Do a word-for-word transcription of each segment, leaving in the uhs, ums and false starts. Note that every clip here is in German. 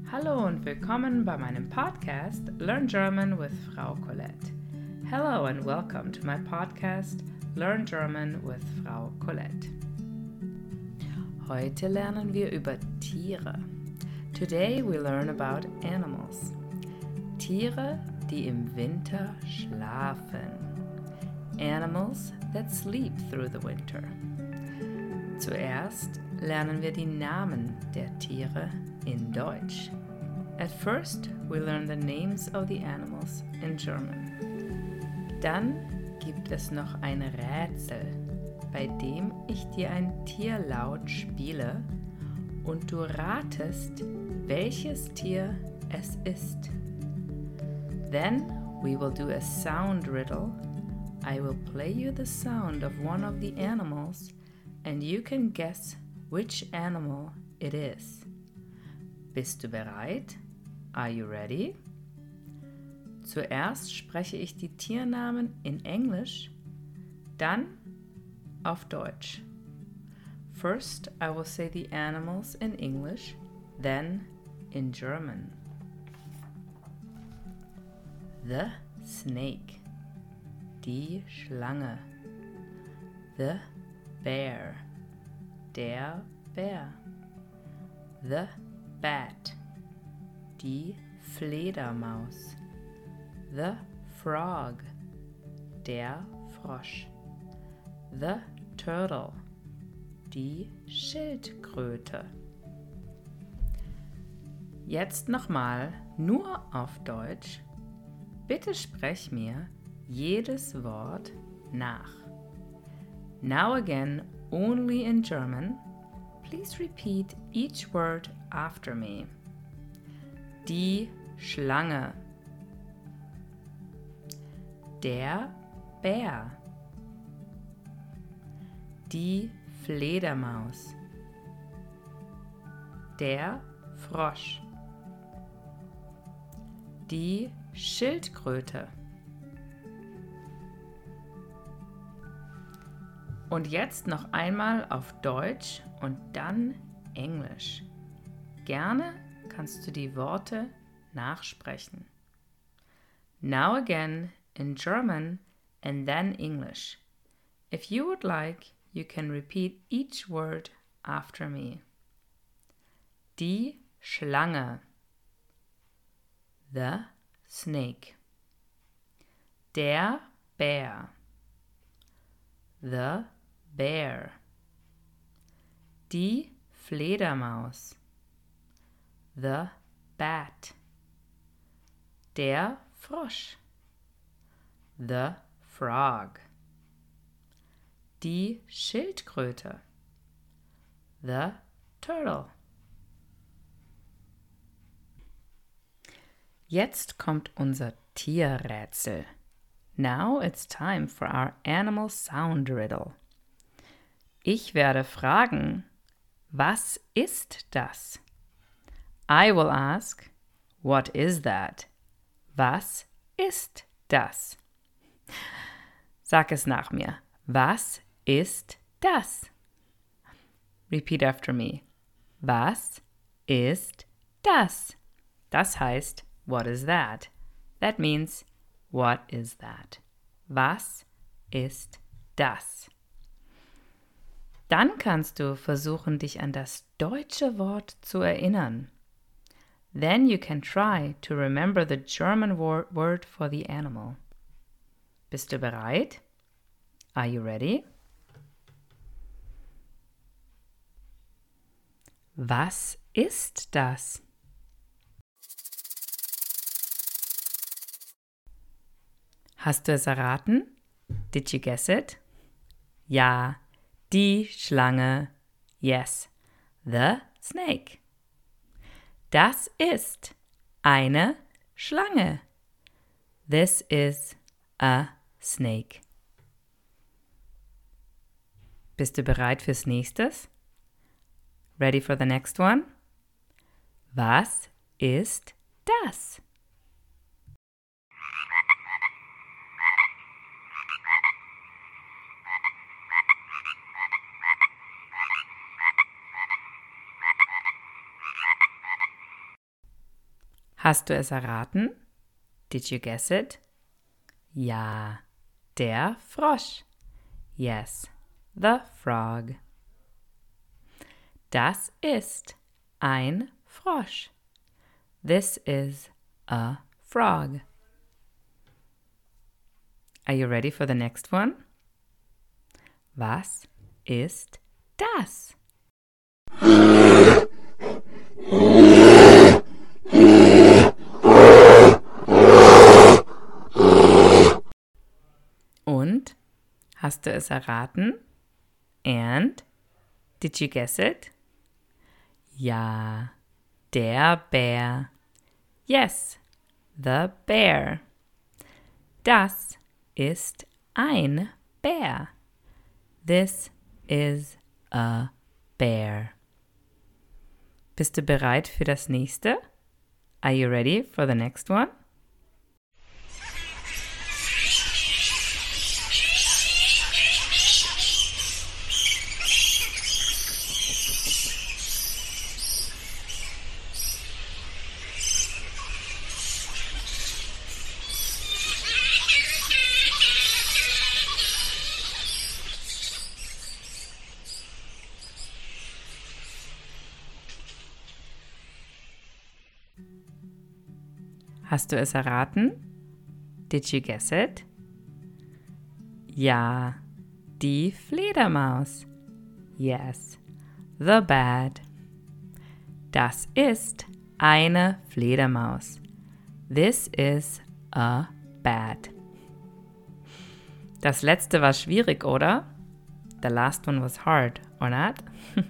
Hallo und willkommen bei meinem Podcast Learn German with Frau Colette. Hello and welcome to my podcast Learn German with Frau Colette. Heute lernen wir über Tiere. Today we learn about animals. Tiere, die im Winter schlafen. Animals that sleep through the winter. Zuerst lernen wir die Namen der Tiere in Deutsch. At first, we learn the names of the animals in German. Dann gibt es noch ein Rätsel, bei dem ich dir ein Tierlaut spiele und du ratest, welches Tier es ist. Then we will do a sound riddle. I will play you the sound of one of the animals and you can guess which animal it is. Bist du bereit? Are you ready? Zuerst spreche ich die Tiernamen in Englisch, dann auf Deutsch. First, I will say the animals in English, then in German. The snake, die Schlange. The bear, der Bär. The bat, die Fledermaus. The frog, der Frosch. The turtle, die Schildkröte. Jetzt nochmal nur auf Deutsch. Bitte sprech mir jedes Wort nach. Now again, only in German. Please repeat each word after me. Die Schlange. Der Bär. Die Fledermaus. Der Frosch. Die Schildkröte. Und jetzt noch einmal auf Deutsch und dann Englisch. Gerne kannst du die Worte nachsprechen. Now again in German and then English. If you would like, you can repeat each word after me. Die Schlange. The snake. Der Bär. The bear. Die Fledermaus. The bat. Der Frosch. The frog. Die Schildkröte. The turtle. Jetzt kommt unser Tierrätsel. Now it's time for our animal sound riddle. Ich werde fragen, was ist das? I will ask, what is that? Was ist das? Sag es nach mir. Was ist das? Repeat after me. Was ist das? Das heißt, what is that? That means, what is that? Was ist das? Dann kannst du versuchen, dich an das deutsche Wort zu erinnern. Then you can try to remember the German wor- word for the animal. Bist du bereit? Are you ready? Was ist das? Hast du es erraten? Did you guess it? Ja, die Schlange. Yes, the snake. Das ist eine Schlange. This is a snake. Bist du bereit fürs nächstes? Ready for the next one? Was ist das? Hast du es erraten? Did you guess it? Ja, der Frosch. Yes, the frog. Das ist ein Frosch. This is a frog. Are you ready for the next one? Was ist das? Und? Hast du es erraten? And? Did you guess it? Ja, der Bär. Yes, the bear. Das ist ein Bär. This is a bear. Bist du bereit für das nächste? Are you ready for the next one? Hast du es erraten? Did you guess it? Ja, die Fledermaus. Yes, the bat. Das ist eine Fledermaus. This is a bat. Das letzte war schwierig, oder? The last one was hard, or not?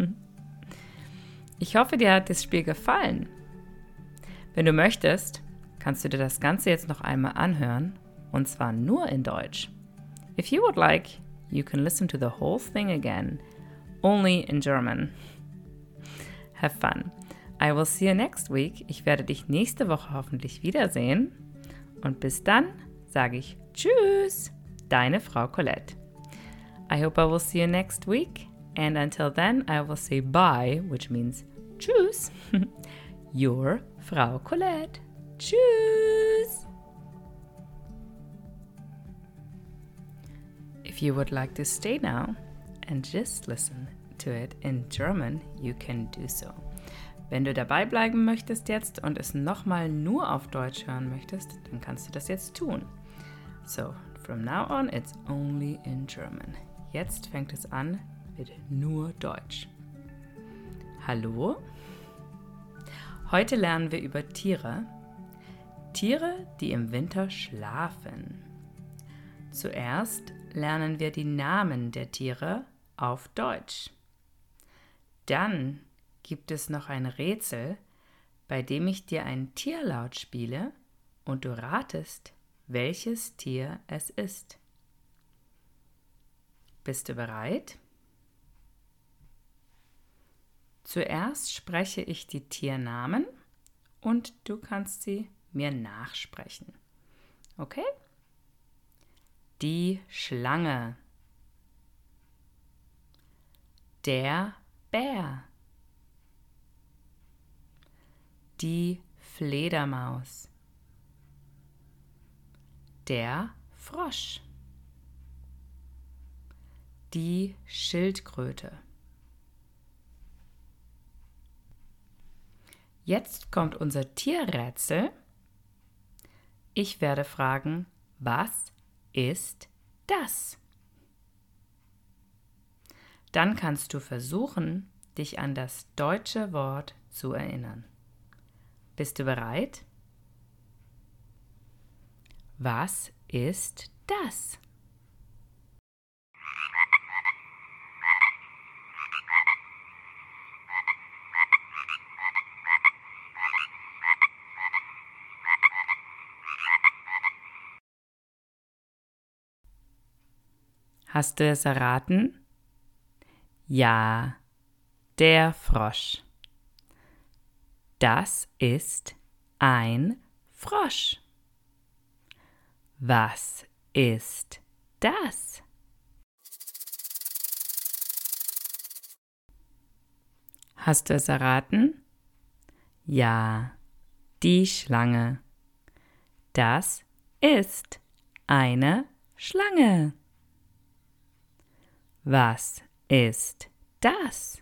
Ich hoffe, dir hat das Spiel gefallen. Wenn du möchtest, kannst du dir das Ganze jetzt noch einmal anhören, und zwar nur in Deutsch. If you would like, you can listen to the whole thing again, only in German. Have fun. I will see you next week. Ich werde dich nächste Woche hoffentlich wiedersehen. Und bis dann sage ich Tschüss, deine Frau Colette. I hope I will see you next week. And until then, I will say bye, which means Tschüss, your Frau Colette. Tschüss! If you would like to stay now and just listen to it in German, you can do so. Wenn du dabei bleiben möchtest jetzt und es nochmal nur auf Deutsch hören möchtest, dann kannst du das jetzt tun. So, from now on, it's only in German. Jetzt fängt es an mit nur Deutsch. Hallo? Heute lernen wir über Tiere. Tiere, die im Winter schlafen. Zuerst lernen wir die Namen der Tiere auf Deutsch. Dann gibt es noch ein Rätsel, bei dem ich dir ein Tierlaut spiele und du ratest, welches Tier es ist. Bist du bereit? Zuerst spreche ich die Tiernamen und du kannst sie mir nachsprechen. Okay? Die Schlange. Der Bär. Die Fledermaus. Der Frosch. Die Schildkröte. Jetzt kommt unser Tierrätsel. Ich werde fragen, was ist das? Dann kannst du versuchen, dich an das deutsche Wort zu erinnern. Bist du bereit? Was ist das? Hast du es erraten? Ja, der Frosch. Das ist ein Frosch. Was ist das? Hast du es erraten? Ja, die Schlange. Das ist eine Schlange. Was ist das?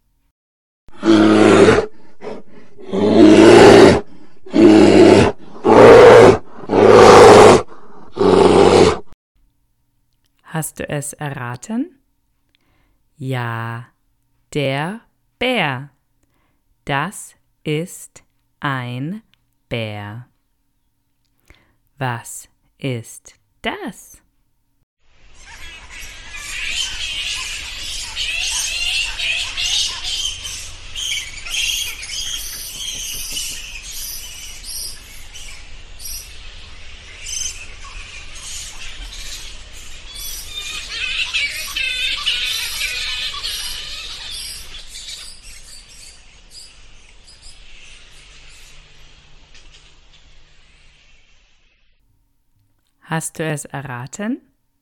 Hast du es erraten? Ja, der Bär. Das ist ein Bär. Was ist das? Hast du es erraten?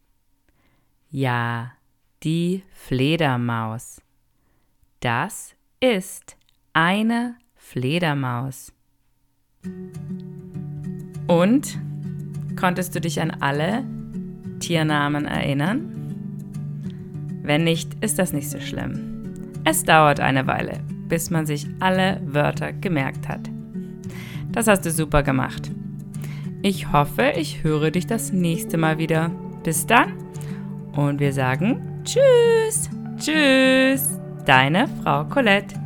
Ja, die Fledermaus. Das ist eine Fledermaus. Und? Konntest du dich an alle Tiernamen erinnern? Wenn nicht, ist das nicht so schlimm. Es dauert eine Weile, bis man sich alle Wörter gemerkt hat. Das hast du super gemacht. Ich hoffe, ich höre dich das nächste Mal wieder. Bis dann und wir sagen Tschüss, Tschüss, deine Frau Colette.